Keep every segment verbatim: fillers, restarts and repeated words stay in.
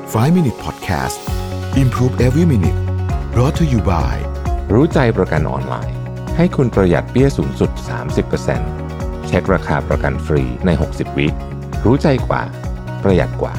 ไฟว์ มินิท Podcast Improve Every Minute brought to you by รู้ใจประกันออนไลน์ให้คุณประหยัดเบี้ยสูงสุด สามสิบเปอร์เซ็นต์ เช็คราคาประกันฟรีในหกสิบวิรู้ใจกว่าประหยัดกว่า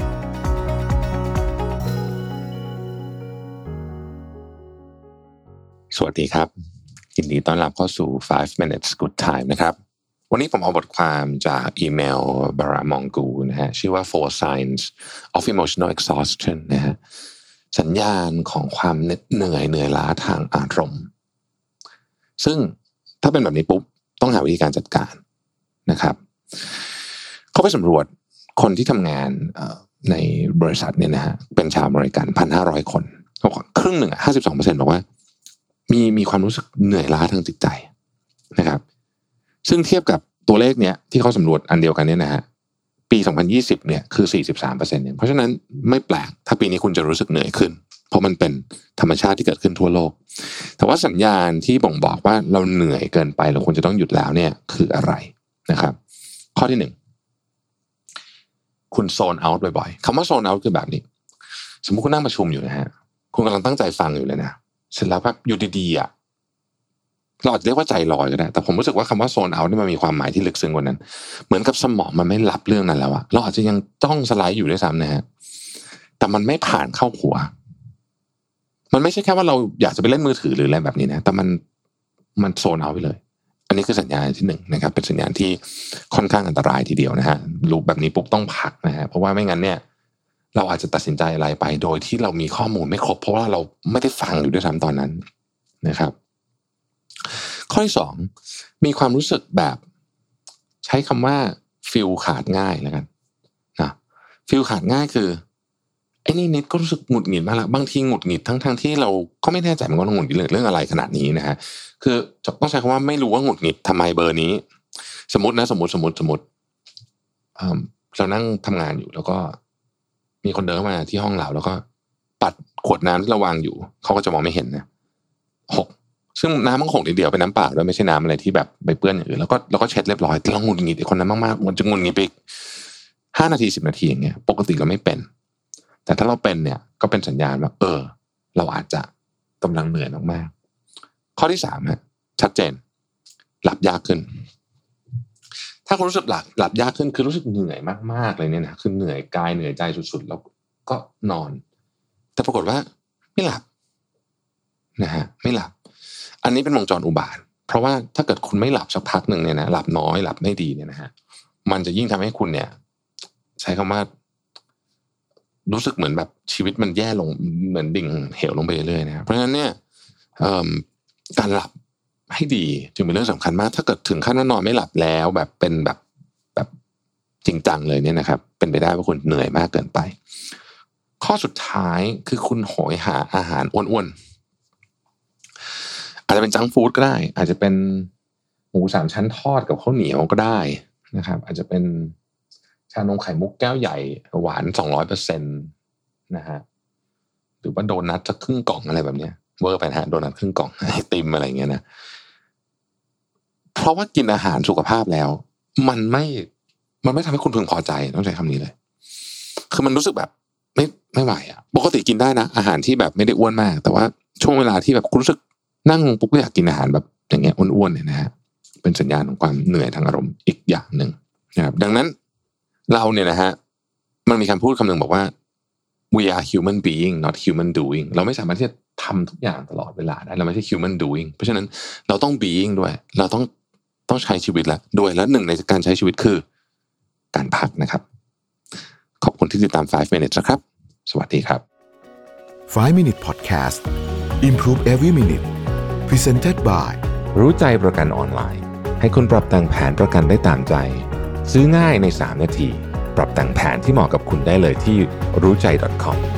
สวัสดีครับยินดีต้อนรับเข้าสู่ ไฟว์ minutes good time นะครับวันนี้ผมเอาบทความจากอีเมลบารามองกูนะฮะชื่อว่า four signs of emotional exhaustion นะฮะสัญญาณของความเหนื่อยเหนื่อยล้าทางอารมณ์ซึ่งถ้าเป็นแบบนี้ปุ๊บต้องหาวิธีการจัดการนะครับเขาไปสำรวจคนที่ทำงานในบริษัทเนี่ยนะฮะเป็นชาวอเมริกัน หนึ่งพันห้าร้อย คนเขาบอกครึ่งหนึ่งอ่ะ ห้าสิบสองเปอร์เซ็นต์ บอกว่ามีมีความรู้สึกเหนื่อยล้าทางจิตใจนะครับซึ่งเทียบกับตัวเลขเนี้ยที่เขาสำรวจอันเดียวกันเนี่ยนะฮะปีสองพันยี่สิบเนี่ยคือ สี่สิบสามเปอร์เซ็นต์ เนี่ยเพราะฉะนั้นไม่แปลกถ้าปีนี้คุณจะรู้สึกเหนื่อยขึ้นเพราะมันเป็นธรรมชาติที่เกิดขึ้นทั่วโลกแต่ว่าสัญญาณที่บ่งบอกว่าเราเหนื่อยเกินไปเราควรจะต้องหยุดแล้วเนี่ยคืออะไรนะครับข้อที่หนึ่งคุณโซนเอาท์บ่อยๆคำว่าโซนเอาท์คือแบบนี้สมมุติคุณนั่งประชุมอยู่นะฮะคุณกำลังตั้งใจฟังอยู่เลยนะเสร็จแล้วแบบอยู่ดีๆอ่ะเราอาจจะเรียกว่าใจลอยก็ได้แต่ผมรู้สึกว่าคำว่าโซนเอาท์นี่มันมีความหมายที่ลึกซึ้งกว่านั้นเหมือนกับสมองมันไม่รับเรื่องนั้นแล้วอะเราอาจจะยังจ้องสไลด์อยู่ด้วยซ้ำนะฮะแต่มันไม่ผ่านเข้าหัวมันไม่ใช่แค่ว่าเราอยากจะไปเล่นมือถือหรืออะไรแบบนี้นะแต่มันมันโซนเอาท์ไปเลยอันนี้คือสัญญาณที่หนึ่งนะครับเป็นสัญญาณที่ค่อนข้างอันตรายทีเดียวนะฮะรู้แบบนี้ปุ๊บต้องพักนะฮะเพราะว่าไม่งั้นเนี่ยเราอาจจะตัดสินใจอะไรไปโดยที่เรามีข้อมูลไม่ครบเพราะว่าเราไม่ได้ฟังอยู่ด้วยซ้ำตอนนั้นนะครับข้อที่สองมีความรู้สึกแบบใช้คำว่าฟีลขาดง่ายแล้วกันนะฟีลขาดง่ายคือไอ้นี่นิดก็รู้สึกหงุดหงิดมากแล้วบางทีหงุดหงิดทั้งทั้งที่เราก็ไม่แน่ใจเหมือนกันว่าหงุดหงิดเรื่องอะไรขนาดนี้นะฮะคือต้องใช้คำว่าไม่รู้ว่าหงุดหงิดทำไมเบอร์นี้สมมตินะสมมติสมมติสมมติเรานั่งทำงานอยู่แล้วก็มีคนเดินเข้ามาที่ห้องเราแล้วก็ปัดขวดน้ำที่เราวางอยู่เขาก็จะมองไม่เห็นนะหกซึ่งน้ำมันหกนิดเดียวเป็นน้ำเปล่าด้วยไม่ใช่น้ำอะไรที่แบบไปเปื้อนอย่างอื่นแล้วก็แล้วก็เช็ดเรียบร้อยเราหงุดหงิดไอ้คนนั้นมากๆมันจะหงุดหงิดไปห้านาทีสิบนาทีอย่างเงี้ยปกติเราไม่เป็นแต่ถ้าเราเป็นเนี่ยก็เป็นสัญญาณว่าเออเราอาจจะกำลังเหนื่อยมากๆข้อที่สามฮะชัดเจนหลับยากขึ้นถ้าคุณรู้สึกหลับหลับยากขึ้นคือรู้สึกเหนื่อยมากๆเลยเนี่ยนะคือเหนื่อยกายเหนื่อยใจสุดๆแล้วก็นอนแต่ปรากฏว่าไม่หลับนะฮะไม่หลับอันนี้เป็นวงจรอุบาทเพราะว่าถ้าเกิดคุณไม่หลับสักพักหนึ่งเนี่ยนะหลับน้อยหลับไม่ดีเนี่ยนะฮะมันจะยิ่งทำให้คุณเนี่ยใช้คำว่ารู้สึกเหมือนแบบชีวิตมันแย่ลงเหมือนดิ่งเหวลงไปเรื่อยๆนะครับเพราะฉะนั้นเนี่ยการหลับให้ดีจึงเป็นเรื่องสำคัญมากถ้าเกิดถึงขั้นว่านอนไม่หลับแล้วแบบเป็นแบบแบบจริงจังเลยเนี่ยนะครับเป็นไปได้ว่าคุณเหนื่อยมากเกินไปข้อสุดท้ายคือคุณโหยหาอาหารอ้วนๆอาจจะเป็นจังก์ฟู้ดก็ได้อาจจะเป็นหมูสามชั้นทอดกับข้าวเหนียวก็ได้นะครับอาจจะเป็นชานมไข่มุกแก้วใหญ่หวาน สองร้อยเปอร์เซ็นต์ นะฮะหรือว่าโดนัทสักครึ่งกล่องอะไรแบบนี้เวอร์ไปนะฮะโดนัทครึ่งกล่องไอติมอะไรเงี้ยนะเพราะว่ากินอาหารสุขภาพแล้วมันไม่มันไม่ทำให้คุณพึงพอใจต้องใช้คำนี้เลยคือมันรู้สึกแบบไม่ไม่ไหวอ่ะปกติกินได้นะอาหารที่แบบไม่ได้อ้วนมากแต่ว่าช่วงเวลาที่แบบคุณรู้สึกนั่งปุ๊บก็อยากกินอาหารแบบอย่างเงี้ยอ้วนๆเนี่ยนะฮะเป็นสัญญาณของความเหนื่อยทางอารมณ์อีกอย่างหนึ่งนะครับดังนั้นเราเนี่ยนะฮะมันมีคำพูดคำหนึ่งบอกว่า we are human being not human doing เราไม่สามารถที่จะทำทุกอย่างตลอดเวลาได้เราไม่ใช่ human doing เพราะฉะนั้นเราต้อง being ด้วยเราต้องต้องใช้ชีวิตแล้วด้วยแล้วหนึ่งในการใช้ชีวิตคือการพักนะครับขอบคุณที่ติดตามไฟว์ minutes นะครับสวัสดีครับไฟว์ มินิท Podcast Improve Every Minute Presented by รู้ใจประกันออนไลน์ให้คุณปรับแต่งแผนประกันได้ตามใจซื้อง่ายในสามนาทีปรับแต่งแผนที่เหมาะกับคุณได้เลยที่รู้ใจ ดอท คอม